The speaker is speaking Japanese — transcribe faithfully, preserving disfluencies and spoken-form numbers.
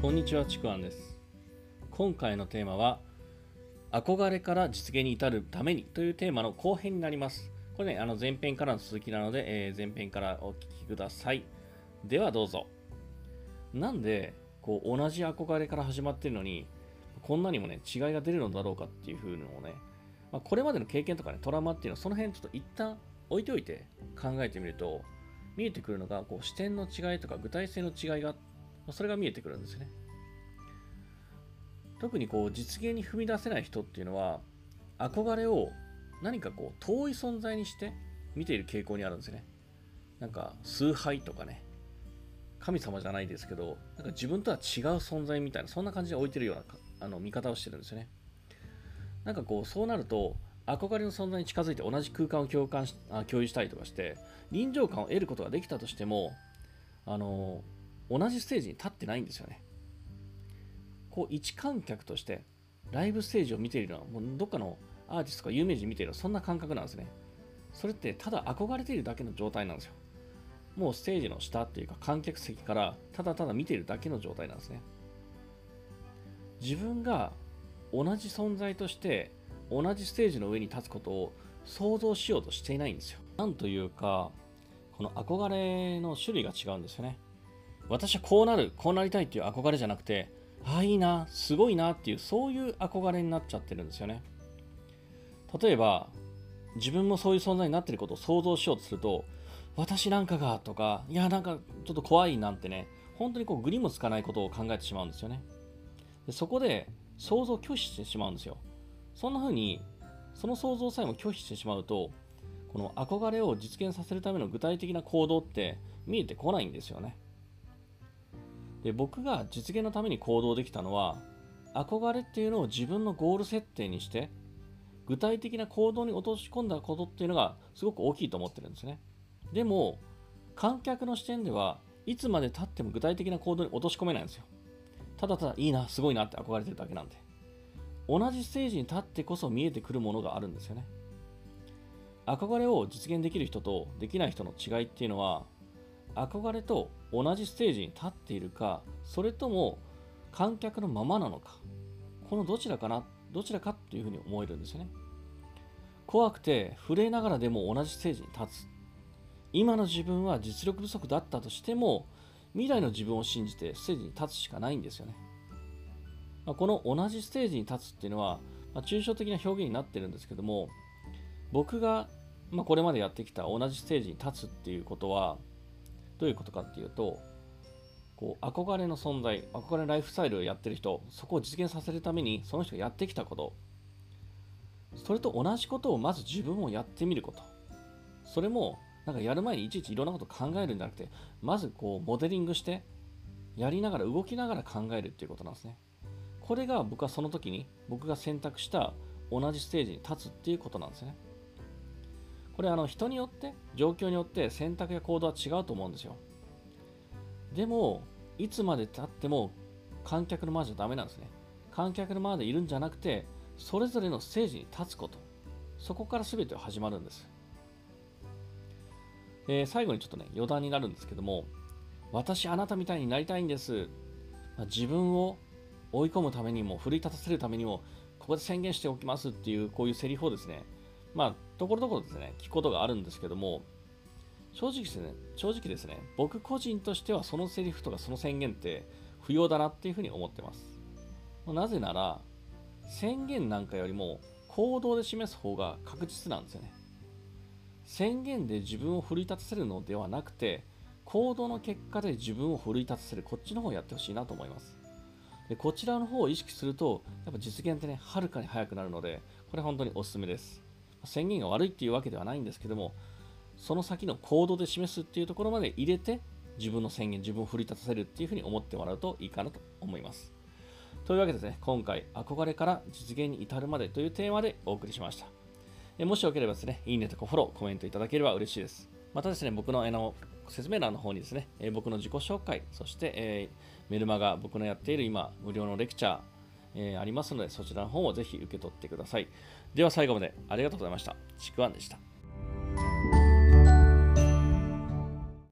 こんにちは、ちくわんです。今回のテーマは、憧れから実現に至るためにというテーマの後編になります。これね、あの前編からの続きなので、えー前編からお聞きください。ではどうぞ。なんで、こう同じ憧れから始まってるのに、こんなにもね、違いが出るのだろうかっていう風のをね、まあ、これまでの経験とかね、トラウマっていうのは、その辺ちょっと一旦置いておいて考えてみると、見えてくるのが、こう視点の違いとか具体性の違いが、それが見えてくるんですね。特にこう実現に踏み出せない人っていうのは、憧れを何かこう遠い存在にして見ている傾向にあるんですね。なんか崇拝とかね、神様じゃないですけど、なんか自分とは違う存在みたいな、そんな感じで置いてるようなあの見方をしてるんですよね。なんかこうそうなると、憧れの存在に近づいて同じ空間を共感しあ共有したりとかして、臨場感を得ることができたとしても、あの同じステージに立ってないんですよね。こう一観客としてライブステージを見ているのは、もうどっかのアーティストとか有名人見ているのはそんな感覚なんですね。それってただ憧れているだけの状態なんですよ。もうステージの下っていうか観客席からただただ見ているだけの状態なんですね。自分が同じ存在として同じステージの上に立つことを想像しようとしていないんですよ。なんというか、この憧れの種類が違うんですよね。私はこうなる、こうなりたいっていう憧れじゃなくて、ああいいな、すごいなっていう、そういう憧れになっちゃってるんですよね。例えば、自分もそういう存在になっていることを想像しようとすると、私なんかがとか、いやなんかちょっと怖いなんてね、本当にこうグリもつかないことを考えてしまうんですよね。でそこで想像を拒否してしまうんですよ。そんな風に、その想像さえも拒否してしまうと、この憧れを実現させるための具体的な行動って見えてこないんですよね。で僕が実現のために行動できたのは、憧れっていうのを自分のゴール設定にして具体的な行動に落とし込んだことっていうのがすごく大きいと思ってるんですね。でも観客の視点ではいつまで経っても具体的な行動に落とし込めないんですよ。ただただいいな、すごいなって憧れてるだけなんで。同じステージに立ってこそ見えてくるものがあるんですよね。憧れを実現できる人とできない人の違いっていうのは、憧れと同じステージに立っているか、それとも観客のままなのか、このどちらかな、どちらかっていうふうに思えるんですよね。怖くて震えながらでも同じステージに立つ。今の自分は実力不足だったとしても、未来の自分を信じてステージに立つしかないんですよね。まあ、この同じステージに立つっていうのは、まあ、抽象的な表現になってるんですけども、僕が、まあ、これまでやってきた同じステージに立つっていうことは、どういうことかっていうと、こう憧れの存在、憧れのライフスタイルをやってる人、そこを実現させるためにその人がやってきたこと、それと同じことをまず自分もやってみること。それもなんかやる前にいちいちいろんなことを考えるんじゃなくて、まずこうモデリングしてやりながら動きながら考えるっていうことなんですね。これが僕はその時に僕が選択した同じステージに立つっていうことなんですね。これあの人によって状況によって選択や行動は違うと思うんですよ。でもいつまで経っても観客のままじゃダメなんですね。観客のままでいるんじゃなくて、それぞれのステージに立つこと、そこから全ては始まるんです。えー最後にちょっとね余談になるんですけども、私あなたみたいになりたいんです、まあ、自分を追い込むためにも奮い立たせるためにもここで宣言しておきますっていうこういうセリフをですね、まあところどころですね聞くことがあるんですけども、正直ですね正直ですね僕個人としてはそのセリフとかその宣言って不要だなっていうふうに思ってます。なぜなら宣言なんかよりも行動で示す方が確実なんですよね。宣言で自分を奮い立たせるのではなくて、行動の結果で自分を奮い立たせる、こっちの方をやってほしいなと思います。でこちらの方を意識すると、やっぱ実現ってね、はるかに早くなるので、これ本当におすすめです。宣言が悪いっていうわけではないんですけども、その先の行動で示すっていうところまで入れて、自分の宣言、自分を奮い立たせるっていうふうに思ってもらうといいかなと思います。というわけでですね、今回、憧れから実現に至るまでというテーマでお送りしました。もしよければですね、いいねとかフォロー、コメントいただければ嬉しいです。またですね、僕のあの説明欄の方にですね、僕の自己紹介、そして、えー、メルマガ、僕のやっている今、無料のレクチャー、えー、ありますので、そちらの方もぜひ受け取ってください。では最後までありがとうございました。ちくわんでした。